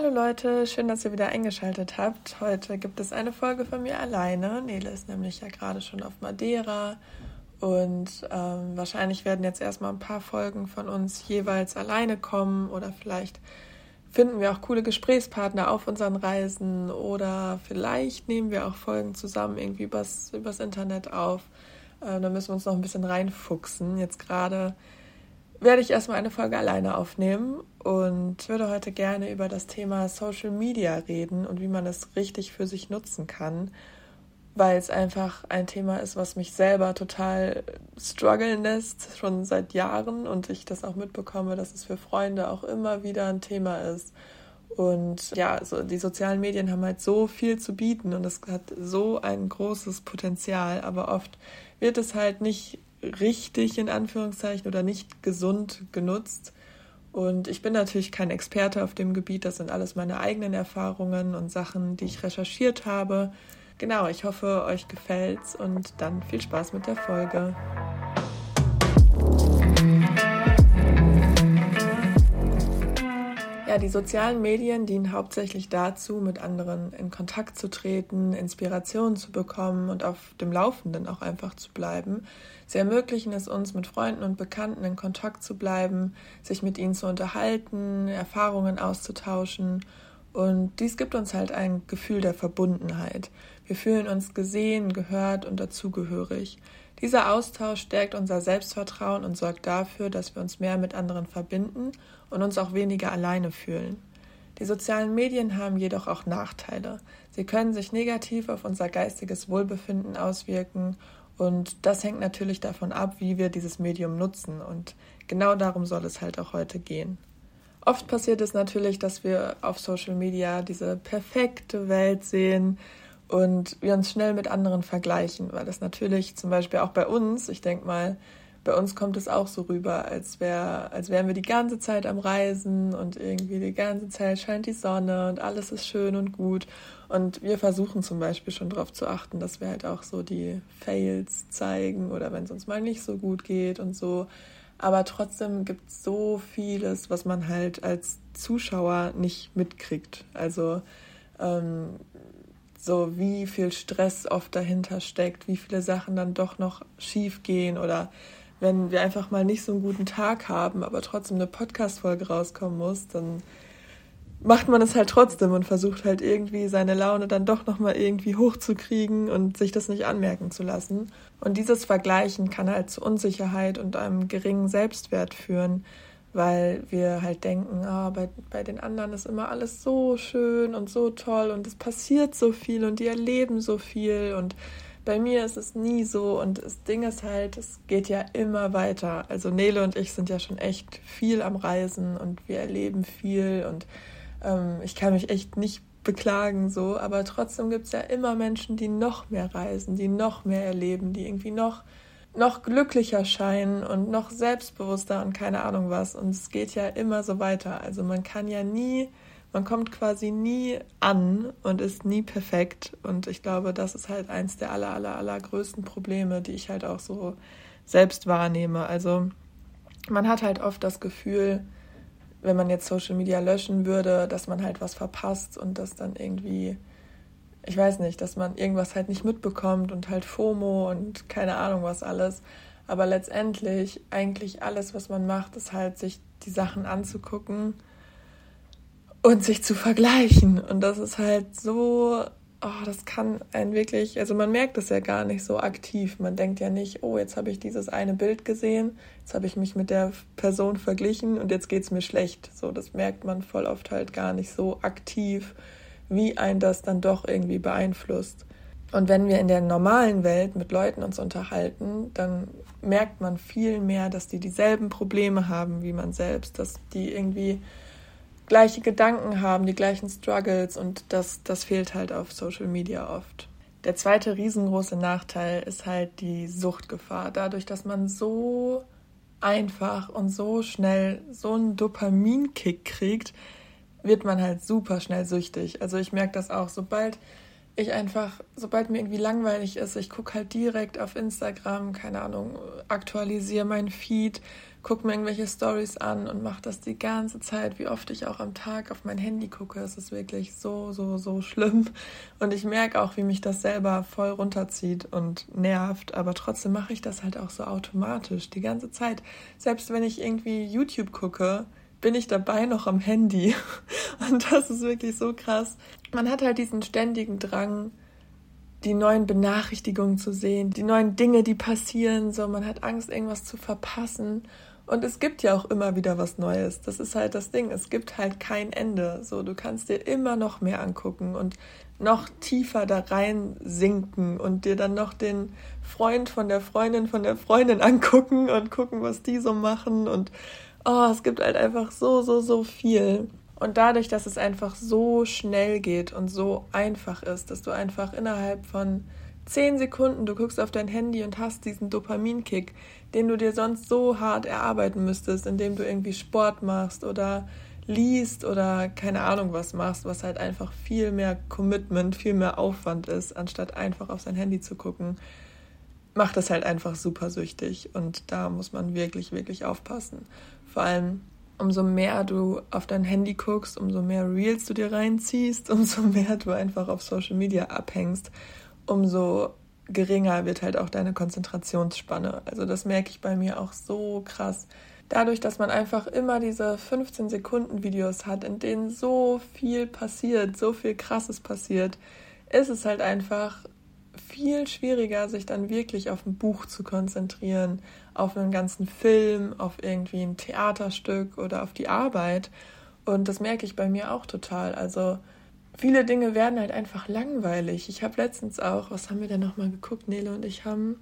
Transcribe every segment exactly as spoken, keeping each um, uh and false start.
Hallo Leute, schön, dass ihr wieder eingeschaltet habt. Heute gibt es eine Folge von mir alleine. Nele ist nämlich ja gerade schon auf Madeira und ähm, wahrscheinlich werden jetzt erstmal ein paar Folgen von uns jeweils alleine kommen oder vielleicht finden wir auch coole Gesprächspartner auf unseren Reisen oder vielleicht nehmen wir auch Folgen zusammen irgendwie übers, übers Internet auf. Äh, da müssen wir uns noch ein bisschen reinfuchsen. Jetzt gerade werde ich erstmal eine Folge alleine aufnehmen und würde heute gerne über das Thema Social Media reden und wie man es richtig für sich nutzen kann, weil es einfach ein Thema ist, was mich selber total strugglen lässt, schon seit Jahren, und ich das auch mitbekomme, dass es für Freunde auch immer wieder ein Thema ist. Und ja, also die sozialen Medien haben halt so viel zu bieten und es hat so ein großes Potenzial, aber oft wird es halt nicht richtig in Anführungszeichen oder nicht gesund genutzt. Und ich bin natürlich kein Experte auf dem Gebiet, das sind alles meine eigenen Erfahrungen und Sachen, die ich recherchiert habe. Genau, ich hoffe, euch gefällt's und dann viel Spaß mit der Folge. Ja, die sozialen Medien dienen hauptsächlich dazu, mit anderen in Kontakt zu treten, Inspirationen zu bekommen und auf dem Laufenden auch einfach zu bleiben. Sie ermöglichen es uns, mit Freunden und Bekannten in Kontakt zu bleiben, sich mit ihnen zu unterhalten, Erfahrungen auszutauschen. Und dies gibt uns halt ein Gefühl der Verbundenheit. Wir fühlen uns gesehen, gehört und dazugehörig. Dieser Austausch stärkt unser Selbstvertrauen und sorgt dafür, dass wir uns mehr mit anderen verbinden und uns auch weniger alleine fühlen. Die sozialen Medien haben jedoch auch Nachteile. Sie können sich negativ auf unser geistiges Wohlbefinden auswirken und das hängt natürlich davon ab, wie wir dieses Medium nutzen, und genau darum soll es halt auch heute gehen. Oft passiert es natürlich, dass wir auf Social Media diese perfekte Welt sehen und wir uns schnell mit anderen vergleichen, weil das natürlich zum Beispiel auch bei uns, ich denke mal, bei uns kommt es auch so rüber, als, wär, als wären wir die ganze Zeit am Reisen und irgendwie die ganze Zeit scheint die Sonne und alles ist schön und gut. Und wir versuchen zum Beispiel schon darauf zu achten, dass wir halt auch so die Fails zeigen oder wenn es uns mal nicht so gut geht und so. Aber trotzdem gibt es so vieles, was man halt als Zuschauer nicht mitkriegt. Also ähm, so wie viel Stress oft dahinter steckt, wie viele Sachen dann doch noch schief gehen oder wenn wir einfach mal nicht so einen guten Tag haben, aber trotzdem eine Podcast-Folge rauskommen muss, dann macht man es halt trotzdem und versucht halt irgendwie seine Laune dann doch nochmal irgendwie hochzukriegen und sich das nicht anmerken zu lassen. Und dieses Vergleichen kann halt zu Unsicherheit und einem geringen Selbstwert führen, weil wir halt denken, ah, bei, bei den anderen ist immer alles so schön und so toll und es passiert so viel und die erleben so viel und bei mir ist es nie so und das Ding ist halt, es geht ja immer weiter. Also Nele und ich sind ja schon echt viel am Reisen und wir erleben viel und ähm, ich kann mich echt nicht beklagen so, aber trotzdem gibt es ja immer Menschen, die noch mehr reisen, die noch mehr erleben, die irgendwie noch noch glücklicher scheinen und noch selbstbewusster und keine Ahnung was. Und es geht ja immer so weiter. Also man kann ja nie, man kommt quasi nie an und ist nie perfekt. Und ich glaube, das ist halt eins der aller, aller, aller größten Probleme, die ich halt auch so selbst wahrnehme. Also man hat halt oft das Gefühl, wenn man jetzt Social Media löschen würde, dass man halt was verpasst und das dann irgendwie, ich weiß nicht, dass man irgendwas halt nicht mitbekommt und halt FOMO und keine Ahnung was alles. Aber letztendlich eigentlich alles, was man macht, ist halt sich die Sachen anzugucken und sich zu vergleichen. Und das ist halt so, oh, das kann einen wirklich, also man merkt es ja gar nicht so aktiv. Man denkt ja nicht, oh, jetzt habe ich dieses eine Bild gesehen, jetzt habe ich mich mit der Person verglichen und jetzt geht es mir schlecht. So, das merkt man voll oft halt gar nicht so aktiv, wie ein das dann doch irgendwie beeinflusst. Und wenn wir in der normalen Welt mit Leuten uns unterhalten, dann merkt man viel mehr, dass die dieselben Probleme haben wie man selbst, dass die irgendwie gleiche Gedanken haben, die gleichen Struggles und das, das fehlt halt auf Social Media oft. Der zweite riesengroße Nachteil ist halt die Suchtgefahr. Dadurch, dass man so einfach und so schnell so einen Dopaminkick kriegt, wird man halt super schnell süchtig. Also ich merke das auch, sobald ich einfach, sobald mir irgendwie langweilig ist, ich gucke halt direkt auf Instagram, keine Ahnung, aktualisiere mein Feed, gucke mir irgendwelche Stories an und mache das die ganze Zeit, wie oft ich auch am Tag auf mein Handy gucke. Es ist wirklich so, so, so schlimm. Und ich merke auch, wie mich das selber voll runterzieht und nervt. Aber trotzdem mache ich das halt auch so automatisch, die ganze Zeit. Selbst wenn ich irgendwie YouTube gucke, bin ich dabei noch am Handy. Und das ist wirklich so krass. Man hat halt diesen ständigen Drang, die neuen Benachrichtigungen zu sehen, die neuen Dinge, die passieren. So, man hat Angst, irgendwas zu verpassen. Und es gibt ja auch immer wieder was Neues. Das ist halt das Ding. Es gibt halt kein Ende. So, du kannst dir immer noch mehr angucken und noch tiefer da rein sinken und dir dann noch den Freund von der Freundin von der Freundin angucken und gucken, was die so machen. Und oh, es gibt halt einfach so, so, so viel. Und dadurch, dass es einfach so schnell geht und so einfach ist, dass du einfach innerhalb von zehn Sekunden, du guckst auf dein Handy und hast diesen Dopaminkick, den du dir sonst so hart erarbeiten müsstest, indem du irgendwie Sport machst oder liest oder keine Ahnung was machst, was halt einfach viel mehr Commitment, viel mehr Aufwand ist, anstatt einfach auf sein Handy zu gucken, macht das halt einfach super süchtig. Und da muss man wirklich, wirklich aufpassen. Vor allem, umso mehr du auf dein Handy guckst, umso mehr Reels du dir reinziehst, umso mehr du einfach auf Social Media abhängst, umso geringer wird halt auch deine Konzentrationsspanne. Also das merke ich bei mir auch so krass. Dadurch, dass man einfach immer diese fünfzehn Sekunden Videos hat, in denen so viel passiert, so viel Krasses passiert, ist es halt einfach viel schwieriger, sich dann wirklich auf ein Buch zu konzentrieren, auf einen ganzen Film, auf irgendwie ein Theaterstück oder auf die Arbeit. Und das merke ich bei mir auch total. Also viele Dinge werden halt einfach langweilig. Ich habe letztens auch, was haben wir denn nochmal geguckt? Nele und ich haben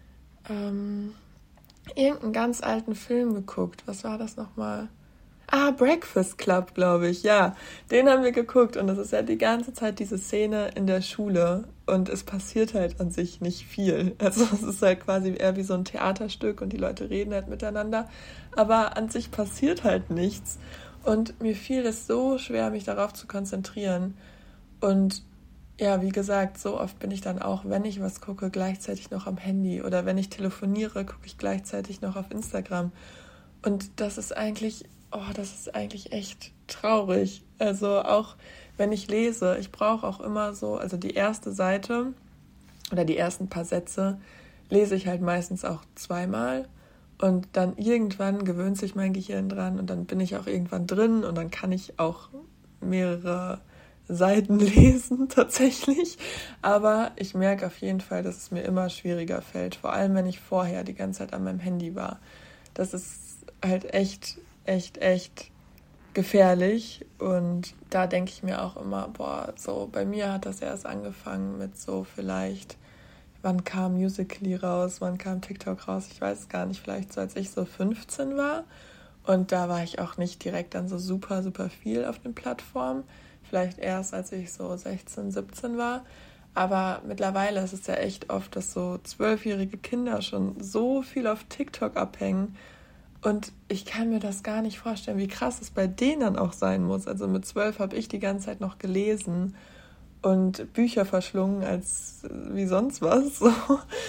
ähm, irgendeinen ganz alten Film geguckt. Was war das nochmal? Ah, Breakfast Club, glaube ich, ja. Den haben wir geguckt und das ist ja die ganze Zeit diese Szene in der Schule und es passiert halt an sich nicht viel. Also es ist halt quasi eher wie so ein Theaterstück und die Leute reden halt miteinander, aber an sich passiert halt nichts und mir fiel es so schwer, mich darauf zu konzentrieren und ja, wie gesagt, so oft bin ich dann auch, wenn ich was gucke, gleichzeitig noch am Handy oder wenn ich telefoniere, gucke ich gleichzeitig noch auf Instagram und das ist eigentlich... Oh, das ist eigentlich echt traurig. Also auch wenn ich lese, ich brauche auch immer so, also die erste Seite oder die ersten paar Sätze lese ich halt meistens auch zweimal und dann irgendwann gewöhnt sich mein Gehirn dran und dann bin ich auch irgendwann drin und dann kann ich auch mehrere Seiten lesen tatsächlich. Aber ich merke auf jeden Fall, dass es mir immer schwieriger fällt, vor allem wenn ich vorher die ganze Zeit an meinem Handy war. Das ist halt echt echt, echt gefährlich und da denke ich mir auch immer, boah, so bei mir hat das erst angefangen mit so vielleicht, wann kam Musical.ly raus, wann kam TikTok raus, ich weiß es gar nicht, vielleicht so als ich so fünfzehn war und da war ich auch nicht direkt dann so super, super viel auf den Plattformen, vielleicht erst als ich so sechzehn, siebzehn war, aber mittlerweile ist es ja echt oft, dass so zwölfjährige Kinder schon so viel auf TikTok abhängen. Und ich kann mir das gar nicht vorstellen, wie krass es bei denen dann auch sein muss. Also mit zwölf habe ich die ganze Zeit noch gelesen und Bücher verschlungen als wie sonst was. So.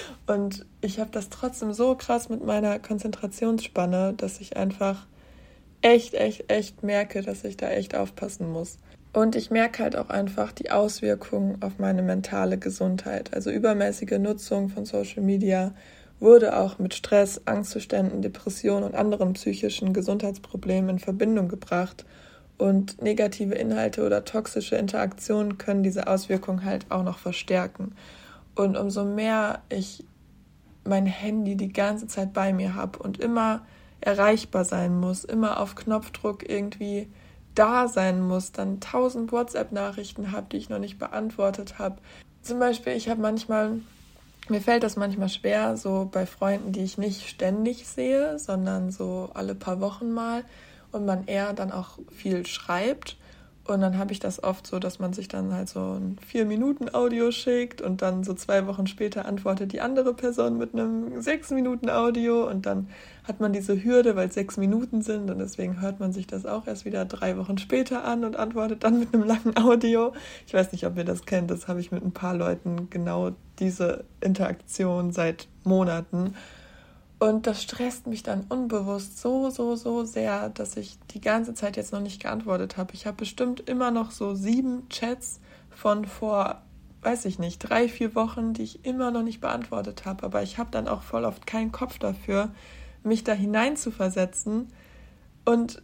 Und ich habe das trotzdem so krass mit meiner Konzentrationsspanne, dass ich einfach echt, echt, echt merke, dass ich da echt aufpassen muss. Und ich merke halt auch einfach die Auswirkungen auf meine mentale Gesundheit. Also übermäßige Nutzung von Social Media wurde auch mit Stress, Angstzuständen, Depressionen und anderen psychischen Gesundheitsproblemen in Verbindung gebracht. Und negative Inhalte oder toxische Interaktionen können diese Auswirkungen halt auch noch verstärken. Und umso mehr ich mein Handy die ganze Zeit bei mir habe und immer erreichbar sein muss, immer auf Knopfdruck irgendwie da sein muss, dann tausend WhatsApp-Nachrichten habe, die ich noch nicht beantwortet habe. Zum Beispiel, ich habe manchmal... Mir fällt das manchmal schwer, so bei Freunden, die ich nicht ständig sehe, sondern so alle paar Wochen mal und man eher dann auch viel schreibt Und dann habe ich das oft so, dass man sich dann halt so ein vier Minuten Audio schickt und dann so zwei Wochen später antwortet die andere Person mit einem sechs Minuten Audio und dann hat man diese Hürde, weil es sechs Minuten sind und deswegen hört man sich das auch erst wieder drei Wochen später an und antwortet dann mit einem langen Audio. Ich weiß nicht, ob ihr das kennt, das habe ich mit ein paar Leuten genau diese Interaktion seit Monaten. Und das stresst mich dann unbewusst so, so, so sehr, dass ich die ganze Zeit jetzt noch nicht geantwortet habe. Ich habe bestimmt immer noch so sieben Chats von vor, weiß ich nicht, drei, vier Wochen, die ich immer noch nicht beantwortet habe. Aber ich habe dann auch voll oft keinen Kopf dafür, mich da hineinzuversetzen und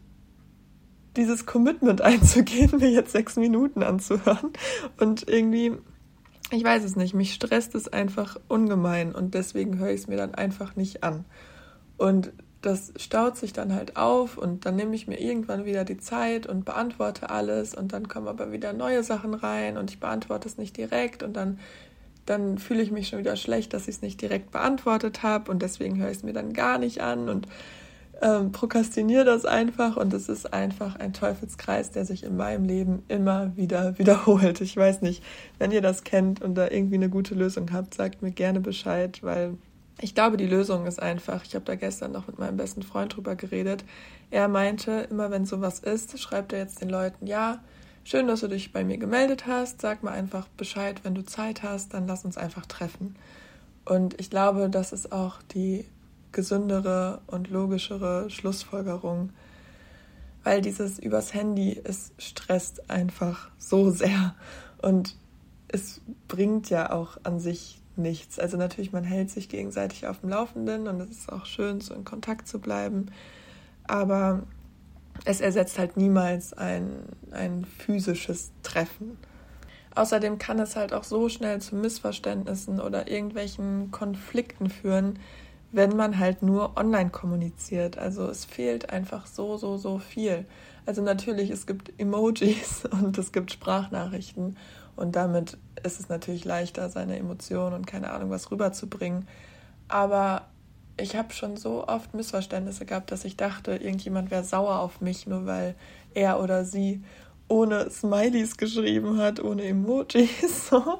dieses Commitment einzugehen, mir jetzt sechs Minuten anzuhören. Und irgendwie, ich weiß es nicht, mich stresst es einfach ungemein und deswegen höre ich es mir dann einfach nicht an. Und das staut sich dann halt auf und dann nehme ich mir irgendwann wieder die Zeit und beantworte alles und dann kommen aber wieder neue Sachen rein und ich beantworte es nicht direkt und dann, dann fühle ich mich schon wieder schlecht, dass ich es nicht direkt beantwortet habe und deswegen höre ich es mir dann gar nicht an und Ähm, prokrastiniere das einfach und es ist einfach ein Teufelskreis, der sich in meinem Leben immer wieder wiederholt. Ich weiß nicht, wenn ihr das kennt und da irgendwie eine gute Lösung habt, sagt mir gerne Bescheid, weil ich glaube, die Lösung ist einfach, ich habe da gestern noch mit meinem besten Freund drüber geredet, er meinte, immer wenn sowas ist, schreibt er jetzt den Leuten, ja, schön, dass du dich bei mir gemeldet hast, sag mal einfach Bescheid, wenn du Zeit hast, dann lass uns einfach treffen. Und ich glaube, das ist auch die gesündere und logischere Schlussfolgerung, weil dieses übers Handy, es stresst einfach so sehr und es bringt ja auch an sich nichts. Also natürlich, man hält sich gegenseitig auf dem Laufenden und es ist auch schön, so in Kontakt zu bleiben, aber es ersetzt halt niemals ein, ein physisches Treffen. Außerdem kann es halt auch so schnell zu Missverständnissen oder irgendwelchen Konflikten führen, wenn man halt nur online kommuniziert. Also es fehlt einfach so, so, so viel. Also natürlich, es gibt Emojis und es gibt Sprachnachrichten und damit ist es natürlich leichter, seine Emotionen und keine Ahnung was rüberzubringen. Aber ich habe schon so oft Missverständnisse gehabt, dass ich dachte, irgendjemand wäre sauer auf mich, nur weil er oder sie ohne Smileys geschrieben hat, ohne Emojis. So.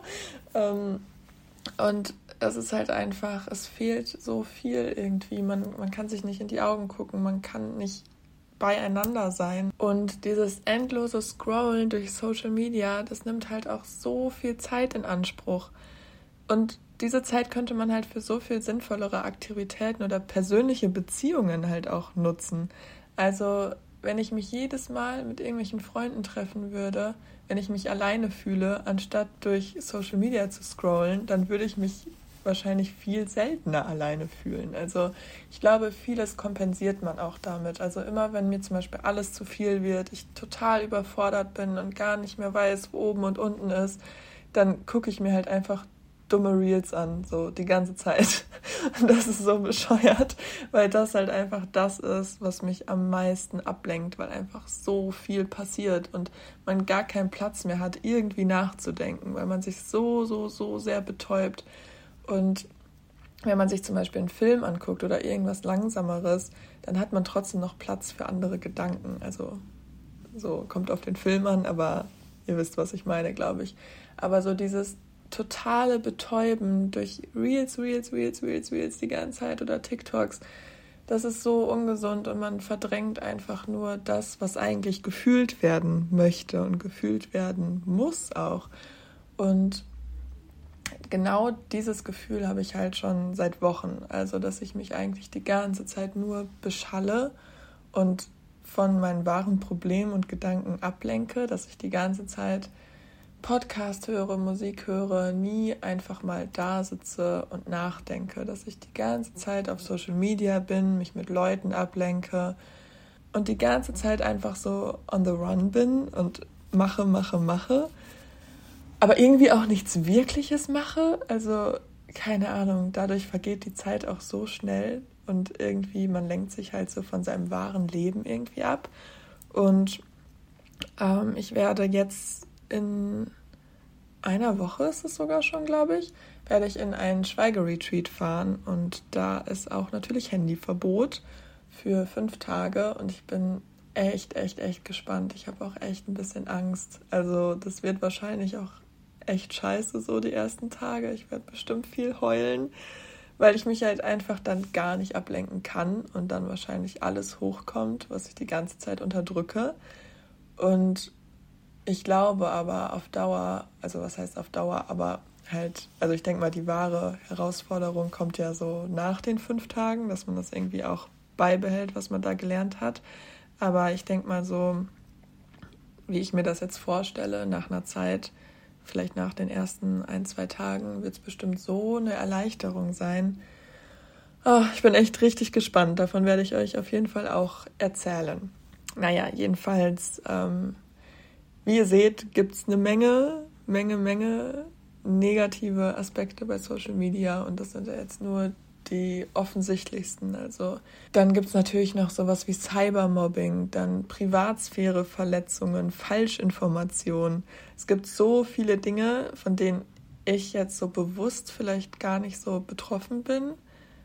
Und es ist halt einfach, es fehlt so viel irgendwie. Man, man kann sich nicht in die Augen gucken, man kann nicht beieinander sein. Und dieses endlose Scrollen durch Social Media, das nimmt halt auch so viel Zeit in Anspruch. Und diese Zeit könnte man halt für so viel sinnvollere Aktivitäten oder persönliche Beziehungen halt auch nutzen. Also wenn ich mich jedes Mal mit irgendwelchen Freunden treffen würde, wenn ich mich alleine fühle, anstatt durch Social Media zu scrollen, dann würde ich mich wahrscheinlich viel seltener alleine fühlen. Also ich glaube, vieles kompensiert man auch damit. Also immer, wenn mir zum Beispiel alles zu viel wird, ich total überfordert bin und gar nicht mehr weiß, wo oben und unten ist, dann gucke ich mir halt einfach dumme Reels an, so die ganze Zeit. Und das ist so bescheuert, weil das halt einfach das ist, was mich am meisten ablenkt, weil einfach so viel passiert und man gar keinen Platz mehr hat, irgendwie nachzudenken, weil man sich so, so, so sehr betäubt. Und wenn man sich zum Beispiel einen Film anguckt oder irgendwas Langsameres, dann hat man trotzdem noch Platz für andere Gedanken. Also so kommt auf den Film an, aber ihr wisst, was ich meine, glaube ich. Aber so dieses totale Betäuben durch Reels, Reels, Reels, Reels, Reels die ganze Zeit oder TikToks, das ist so ungesund und man verdrängt einfach nur das, was eigentlich gefühlt werden möchte und gefühlt werden muss auch. Und genau dieses Gefühl habe ich halt schon seit Wochen. Also, dass ich mich eigentlich die ganze Zeit nur beschalle und von meinen wahren Problemen und Gedanken ablenke, dass ich die ganze Zeit Podcast höre, Musik höre, nie einfach mal da sitze und nachdenke, dass ich die ganze Zeit auf Social Media bin, mich mit Leuten ablenke und die ganze Zeit einfach so on the run bin und mache, mache, mache, aber irgendwie auch nichts Wirkliches mache. Also keine Ahnung, dadurch vergeht die Zeit auch so schnell und irgendwie, man lenkt sich halt so von seinem wahren Leben irgendwie ab. Und ähm, ich werde jetzt in einer Woche, ist es sogar schon, glaube ich, werde ich in einen Schweigeretreat fahren und da ist auch natürlich Handyverbot für fünf Tage und ich bin echt, echt, echt gespannt. Ich habe auch echt ein bisschen Angst. Also das wird wahrscheinlich auch echt scheiße so die ersten Tage. Ich werde bestimmt viel heulen, weil ich mich halt einfach dann gar nicht ablenken kann und dann wahrscheinlich alles hochkommt, was ich die ganze Zeit unterdrücke. Und ich glaube aber auf Dauer, also was heißt auf Dauer, aber halt, also ich denke mal, die wahre Herausforderung kommt ja so nach den fünf Tagen, dass man das irgendwie auch beibehält, was man da gelernt hat. Aber ich denke mal so, wie ich mir das jetzt vorstelle, nach einer Zeit, vielleicht nach den ersten ein, zwei Tagen, wird es bestimmt so eine Erleichterung sein. Oh, ich bin echt richtig gespannt. Davon werde ich euch auf jeden Fall auch erzählen. Naja, jedenfalls, ähm, wie ihr seht, gibt es eine Menge, Menge, Menge negative Aspekte bei Social Media und das sind ja jetzt nur die offensichtlichsten. Also dann gibt es natürlich noch sowas wie Cybermobbing, dann Privatsphäreverletzungen, Falschinformationen. Es gibt so viele Dinge, von denen ich jetzt so bewusst vielleicht gar nicht so betroffen bin,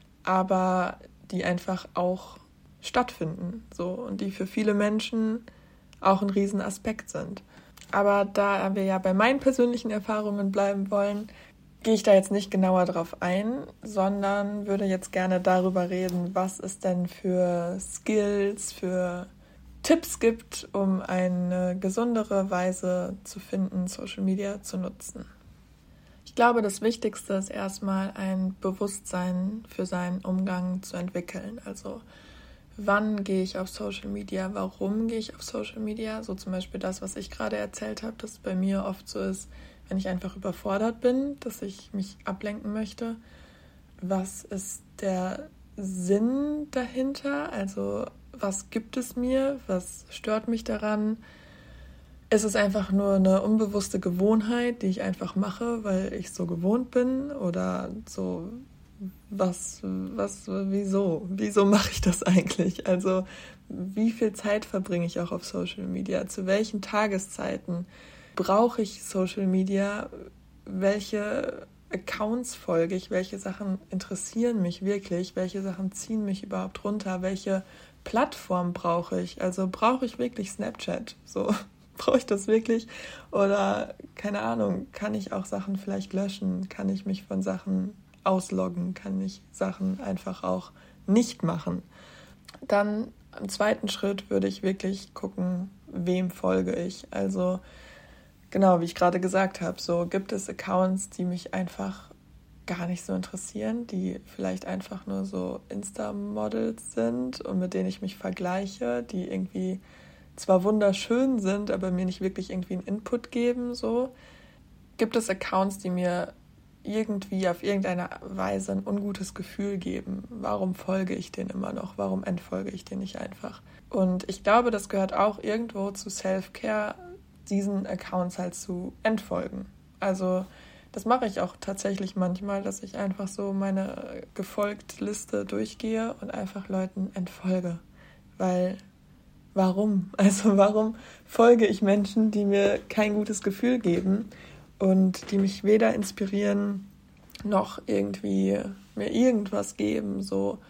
aber die einfach auch stattfinden so und die für viele Menschen auch ein Riesenaspekt sind. Aber da wir ja bei meinen persönlichen Erfahrungen bleiben wollen, gehe ich da jetzt nicht genauer drauf ein, sondern würde jetzt gerne darüber reden, was es denn für Skills, für Tipps gibt, um eine gesundere Weise zu finden, Social Media zu nutzen. Ich glaube, das Wichtigste ist erstmal ein Bewusstsein für seinen Umgang zu entwickeln. Also wann gehe ich auf Social Media, warum gehe ich auf Social Media? So zum Beispiel das, was ich gerade erzählt habe, dass es bei mir oft so ist, wenn ich einfach überfordert bin, dass ich mich ablenken möchte. Was ist der Sinn dahinter? Also was gibt es mir? Was stört mich daran? Ist es einfach nur eine unbewusste Gewohnheit, die ich einfach mache, weil ich so gewohnt bin? Oder so, was, was, wieso? Wieso mache ich das eigentlich? Also wie viel Zeit verbringe ich auch auf Social Media? Zu welchen Tageszeiten brauche ich Social Media? Welche Accounts folge ich? Welche Sachen interessieren mich wirklich? Welche Sachen ziehen mich überhaupt runter? Welche Plattform brauche ich? Also brauche ich wirklich Snapchat? So, brauche ich das wirklich? Oder, keine Ahnung, kann ich auch Sachen vielleicht löschen? Kann ich mich von Sachen ausloggen? Kann ich Sachen einfach auch nicht machen? Dann im zweiten Schritt würde ich wirklich gucken, wem folge ich? Also genau, wie ich gerade gesagt habe, so gibt es Accounts, die mich einfach gar nicht so interessieren, die vielleicht einfach nur so Insta-Models sind und mit denen ich mich vergleiche, die irgendwie zwar wunderschön sind, aber mir nicht wirklich irgendwie einen Input geben, so. Gibt es Accounts, die mir irgendwie auf irgendeine Weise ein ungutes Gefühl geben? Warum folge ich denen immer noch? Warum entfolge ich denen nicht einfach? Und ich glaube, das gehört auch irgendwo zu Self-Care, diesen Accounts halt zu entfolgen. Also das mache ich auch tatsächlich manchmal, dass ich einfach so meine Gefolgt-Liste durchgehe und einfach Leuten entfolge. Weil, warum? Also warum folge ich Menschen, die mir kein gutes Gefühl geben und die mich weder inspirieren, noch irgendwie mir irgendwas geben, so.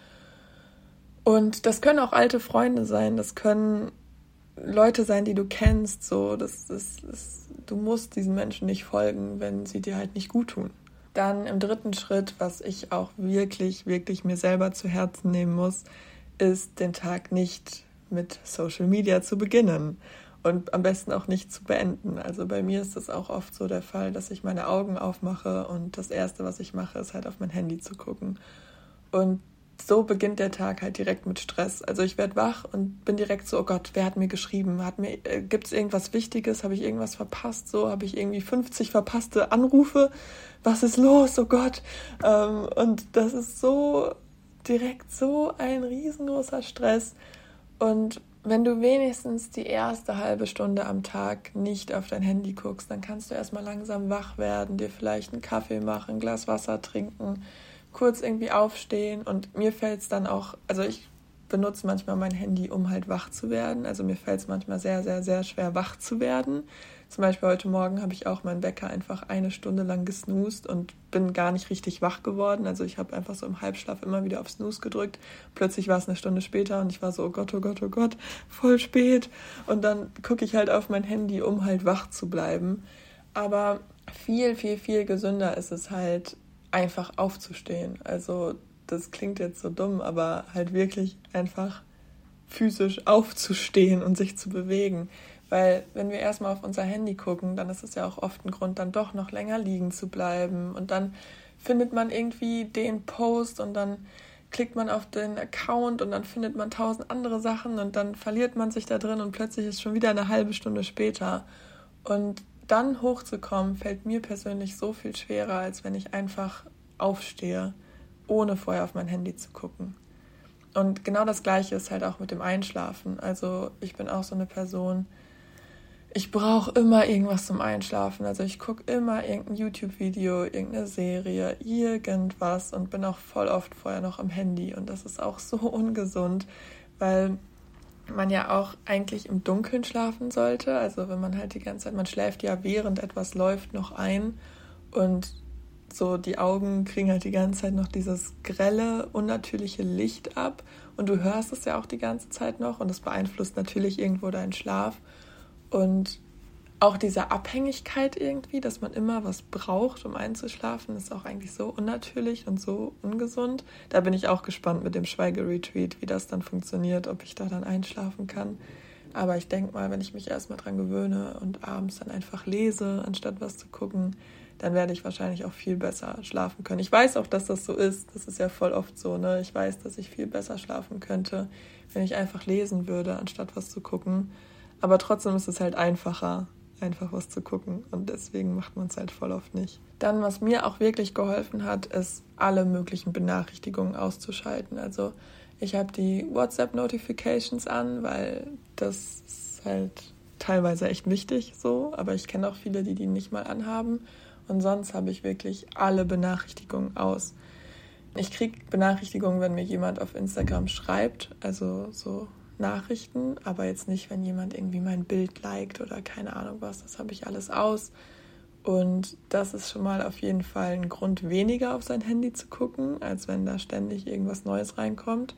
Und das können auch alte Freunde sein, das können Leute sein, die du kennst, so, das, das, das, du musst diesen Menschen nicht folgen, wenn sie dir halt nicht gut tun. Dann im dritten Schritt, was ich auch wirklich, wirklich mir selber zu Herzen nehmen muss, ist, den Tag nicht mit Social Media zu beginnen und am besten auch nicht zu beenden. Also bei mir ist das auch oft so der Fall, dass ich meine Augen aufmache und das Erste, was ich mache, ist halt auf mein Handy zu gucken. Und so beginnt der Tag halt direkt mit Stress. Also ich werde wach und bin direkt so, oh Gott, wer hat mir geschrieben? Hat mir, äh, gibt es irgendwas Wichtiges? Habe ich irgendwas verpasst? So, habe ich irgendwie fünfzig verpasste Anrufe? Was ist los? Oh Gott. Ähm, und das ist so direkt so ein riesengroßer Stress. Und wenn du wenigstens die erste halbe Stunde am Tag nicht auf dein Handy guckst, dann kannst du erstmal langsam wach werden, dir vielleicht einen Kaffee machen, ein Glas Wasser trinken, kurz irgendwie aufstehen und mir fällt es dann auch, also ich benutze manchmal mein Handy, um halt wach zu werden. Also mir fällt es manchmal sehr, sehr, sehr schwer, wach zu werden. Zum Beispiel heute Morgen habe ich auch meinen Wecker einfach eine Stunde lang gesnoost und bin gar nicht richtig wach geworden. Also ich habe einfach so im Halbschlaf immer wieder auf Snooze gedrückt. Plötzlich war es eine Stunde später und ich war so, oh Gott, oh Gott, oh Gott, voll spät. Und dann gucke ich halt auf mein Handy, um halt wach zu bleiben. Aber viel, viel, viel gesünder ist es halt, einfach aufzustehen. Also das klingt jetzt so dumm, aber halt wirklich einfach physisch aufzustehen und sich zu bewegen. Weil wenn wir erstmal auf unser Handy gucken, dann ist es ja auch oft ein Grund, dann doch noch länger liegen zu bleiben. Und dann findet man irgendwie den Post und dann klickt man auf den Account und dann findet man tausend andere Sachen und dann verliert man sich da drin und plötzlich ist schon wieder eine halbe Stunde später. Und dann hochzukommen, fällt mir persönlich so viel schwerer, als wenn ich einfach aufstehe, ohne vorher auf mein Handy zu gucken. Und genau das Gleiche ist halt auch mit dem Einschlafen. Also ich bin auch so eine Person, ich brauche immer irgendwas zum Einschlafen. Also ich gucke immer irgendein YouTube-Video, irgendeine Serie, irgendwas und bin auch voll oft vorher noch am Handy. Und das ist auch so ungesund, weil man ja auch eigentlich im Dunkeln schlafen sollte. Also wenn man halt die ganze Zeit, man schläft ja während etwas läuft noch ein und so die Augen kriegen halt die ganze Zeit noch dieses grelle, unnatürliche Licht ab und du hörst es ja auch die ganze Zeit noch und das beeinflusst natürlich irgendwo deinen Schlaf. Und auch diese Abhängigkeit irgendwie, dass man immer was braucht, um einzuschlafen, ist auch eigentlich so unnatürlich und so ungesund. Da bin ich auch gespannt mit dem Schweigeretreat, wie das dann funktioniert, ob ich da dann einschlafen kann. Aber ich denke mal, wenn ich mich erstmal dran gewöhne und abends dann einfach lese, anstatt was zu gucken, dann werde ich wahrscheinlich auch viel besser schlafen können. Ich weiß auch, dass das so ist. Das ist ja voll oft so, ne? Ich weiß, dass ich viel besser schlafen könnte, wenn ich einfach lesen würde, anstatt was zu gucken. Aber trotzdem ist es halt einfacher, einfach was zu gucken. Und deswegen macht man es halt voll oft nicht. Dann, was mir auch wirklich geholfen hat, ist, alle möglichen Benachrichtigungen auszuschalten. Also ich habe die WhatsApp-Notifications an, weil das ist halt teilweise echt wichtig so. Aber ich kenne auch viele, die die nicht mal anhaben. Und sonst habe ich wirklich alle Benachrichtigungen aus. Ich kriege Benachrichtigungen, wenn mir jemand auf Instagram schreibt, also so Nachrichten, aber jetzt nicht, wenn jemand irgendwie mein Bild liked oder keine Ahnung was. Das habe ich alles aus. Und das ist schon mal auf jeden Fall ein Grund, weniger auf sein Handy zu gucken, als wenn da ständig irgendwas Neues reinkommt.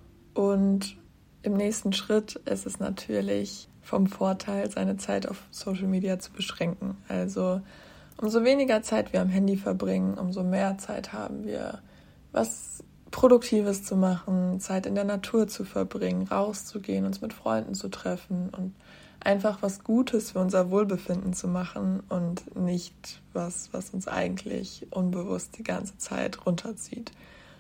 Und im nächsten Schritt ist es natürlich vom Vorteil, seine Zeit auf Social Media zu beschränken. Also umso weniger Zeit wir am Handy verbringen, umso mehr Zeit haben wir, was Produktives zu machen, Zeit in der Natur zu verbringen, rauszugehen, uns mit Freunden zu treffen und einfach was Gutes für unser Wohlbefinden zu machen und nicht was, was uns eigentlich unbewusst die ganze Zeit runterzieht.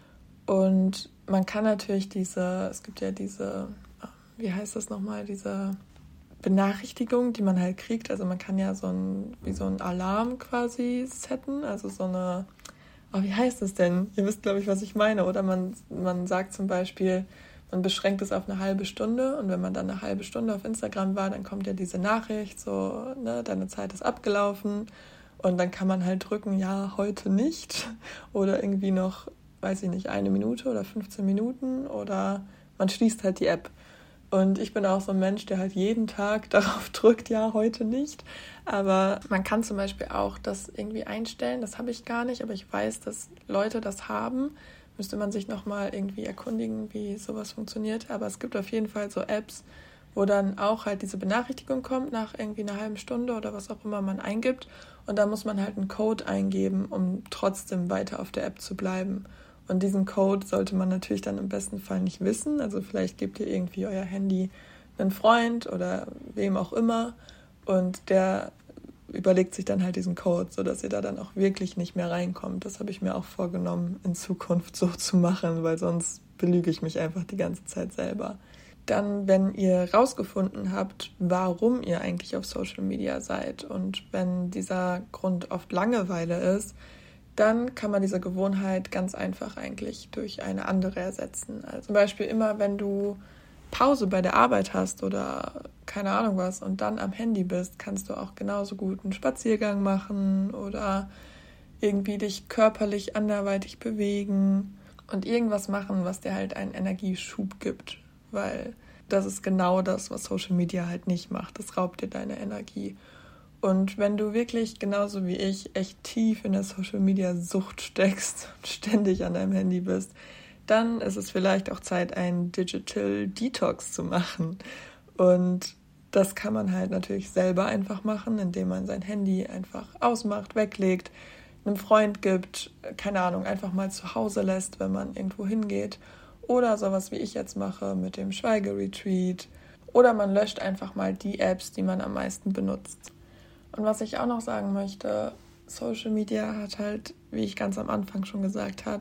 Und man kann natürlich diese, es gibt ja diese, wie heißt das nochmal, diese Benachrichtigung, die man halt kriegt. Also man kann ja so ein, wie so ein Alarm quasi setten, also so eine, oh, wie heißt das denn? Ihr wisst, glaube ich, was ich meine, oder? Man, man sagt zum Beispiel, man beschränkt es auf eine halbe Stunde und wenn man dann eine halbe Stunde auf Instagram war, dann kommt ja diese Nachricht, so, ne, deine Zeit ist abgelaufen und dann kann man halt drücken, ja, heute nicht oder irgendwie noch, weiß ich nicht, eine Minute oder fünfzehn Minuten oder man schließt halt die App. Und ich bin auch so ein Mensch, der halt jeden Tag darauf drückt, ja, heute nicht. Aber man kann zum Beispiel auch das irgendwie einstellen. Das habe ich gar nicht, aber ich weiß, dass Leute das haben. Müsste man sich nochmal irgendwie erkundigen, wie sowas funktioniert. Aber es gibt auf jeden Fall so Apps, wo dann auch halt diese Benachrichtigung kommt nach irgendwie einer halben Stunde oder was auch immer man eingibt. Und da muss man halt einen Code eingeben, um trotzdem weiter auf der App zu bleiben. Und diesen Code sollte man natürlich dann im besten Fall nicht wissen. Also vielleicht gebt ihr irgendwie euer Handy einen Freund oder wem auch immer und der überlegt sich dann halt diesen Code, sodass ihr da dann auch wirklich nicht mehr reinkommt. Das habe ich mir auch vorgenommen, in Zukunft so zu machen, weil sonst belüge ich mich einfach die ganze Zeit selber. Dann, wenn ihr rausgefunden habt, warum ihr eigentlich auf Social Media seid und wenn dieser Grund oft Langeweile ist, dann kann man diese Gewohnheit ganz einfach eigentlich durch eine andere ersetzen. Also zum Beispiel immer, wenn du Pause bei der Arbeit hast oder keine Ahnung was und dann am Handy bist, kannst du auch genauso gut einen Spaziergang machen oder irgendwie dich körperlich anderweitig bewegen und irgendwas machen, was dir halt einen Energieschub gibt, weil das ist genau das, was Social Media halt nicht macht. Das raubt dir deine Energie. Und wenn du wirklich genauso wie ich echt tief in der Social Media Sucht steckst und ständig an deinem Handy bist, dann ist es vielleicht auch Zeit, einen Digital Detox zu machen. Und das kann man halt natürlich selber einfach machen, indem man sein Handy einfach ausmacht, weglegt, einem Freund gibt, keine Ahnung, einfach mal zu Hause lässt, wenn man irgendwo hingeht. Oder sowas, wie ich jetzt mache mit dem Schweigeretreat. Oder man löscht einfach mal die Apps, die man am meisten benutzt. Und was ich auch noch sagen möchte, Social Media hat halt, wie ich ganz am Anfang schon gesagt habe,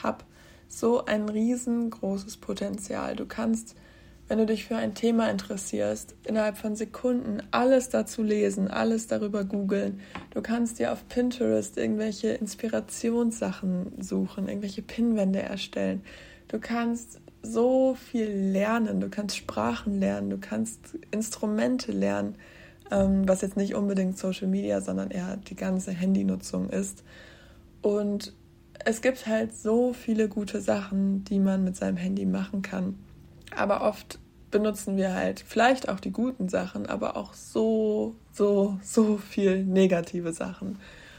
so ein riesengroßes Potenzial. Du kannst, wenn du dich für ein Thema interessierst, innerhalb von Sekunden alles dazu lesen, alles darüber googeln. Du kannst dir auf Pinterest irgendwelche Inspirationssachen suchen, irgendwelche Pinwände erstellen. Du kannst so viel lernen, du kannst Sprachen lernen, du kannst Instrumente lernen, ähm, was jetzt nicht unbedingt Social Media, sondern eher die ganze Handynutzung ist. Und es gibt halt so viele gute Sachen, die man mit seinem Handy machen kann. Aber oft benutzen wir halt vielleicht auch die guten Sachen, aber auch so, so, so viel negative Sachen.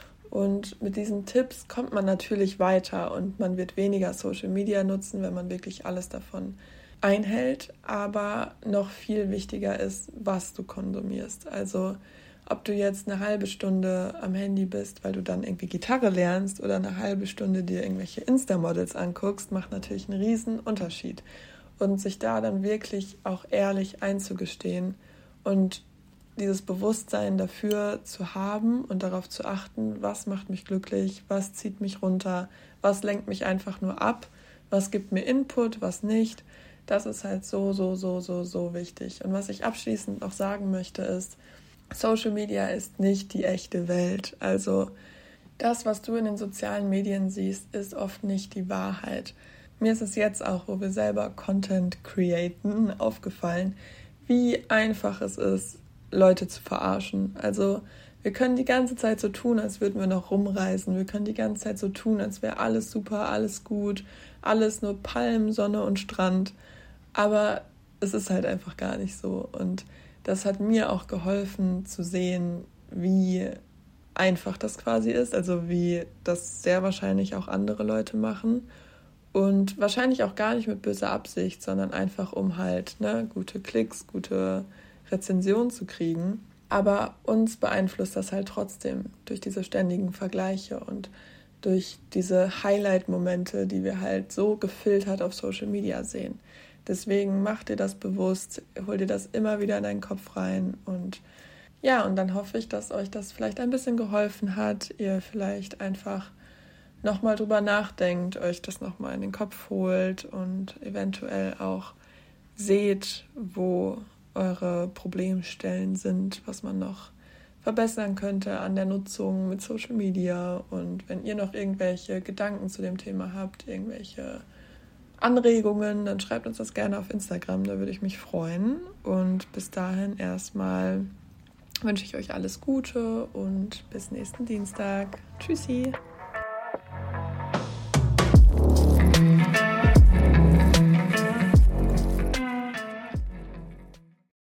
Und mit diesen Tipps kommt man natürlich weiter und man wird weniger Social Media nutzen, wenn man wirklich alles davon einhält. Aber noch viel wichtiger ist, was du konsumierst. Also ob du jetzt eine halbe Stunde am Handy bist, weil du dann irgendwie Gitarre lernst oder eine halbe Stunde dir irgendwelche Insta-Models anguckst, macht natürlich einen riesen Unterschied. Und sich da dann wirklich auch ehrlich einzugestehen und dieses Bewusstsein dafür zu haben und darauf zu achten, was macht mich glücklich, was zieht mich runter, was lenkt mich einfach nur ab, was gibt mir Input, was nicht. Das ist halt so, so, so, so, so wichtig. Und was ich abschließend noch sagen möchte ist, Social Media ist nicht die echte Welt. Also das, was du in den sozialen Medien siehst, ist oft nicht die Wahrheit. Mir ist es jetzt auch, wo wir selber Content createn, aufgefallen, wie einfach es ist, Leute zu verarschen. Also wir können die ganze Zeit so tun, als würden wir noch rumreisen. Wir können die ganze Zeit so tun, als wäre alles super, alles gut, alles nur Palmen, Sonne und Strand. Aber es ist halt einfach gar nicht so. Und das hat mir auch geholfen zu sehen, wie einfach das quasi ist. Also wie das sehr wahrscheinlich auch andere Leute machen. Und wahrscheinlich auch gar nicht mit böser Absicht, sondern einfach um halt ne, gute Klicks, gute Rezension zu kriegen. Aber uns beeinflusst das halt trotzdem durch diese ständigen Vergleiche und durch diese Highlight-Momente, die wir halt so gefiltert auf Social Media sehen. Deswegen mach dir das bewusst, hol dir das immer wieder in deinen Kopf rein und ja, und dann hoffe ich, dass euch das vielleicht ein bisschen geholfen hat, ihr vielleicht einfach nochmal drüber nachdenkt, euch das nochmal in den Kopf holt und eventuell auch seht, wo eure Problemstellen sind, was man noch verbessern könnte an der Nutzung mit Social Media. Und wenn ihr noch irgendwelche Gedanken zu dem Thema habt, irgendwelche Anregungen, dann schreibt uns das gerne auf Instagram, da würde ich mich freuen. Und bis dahin erstmal wünsche ich euch alles Gute und bis nächsten Dienstag. Tschüssi!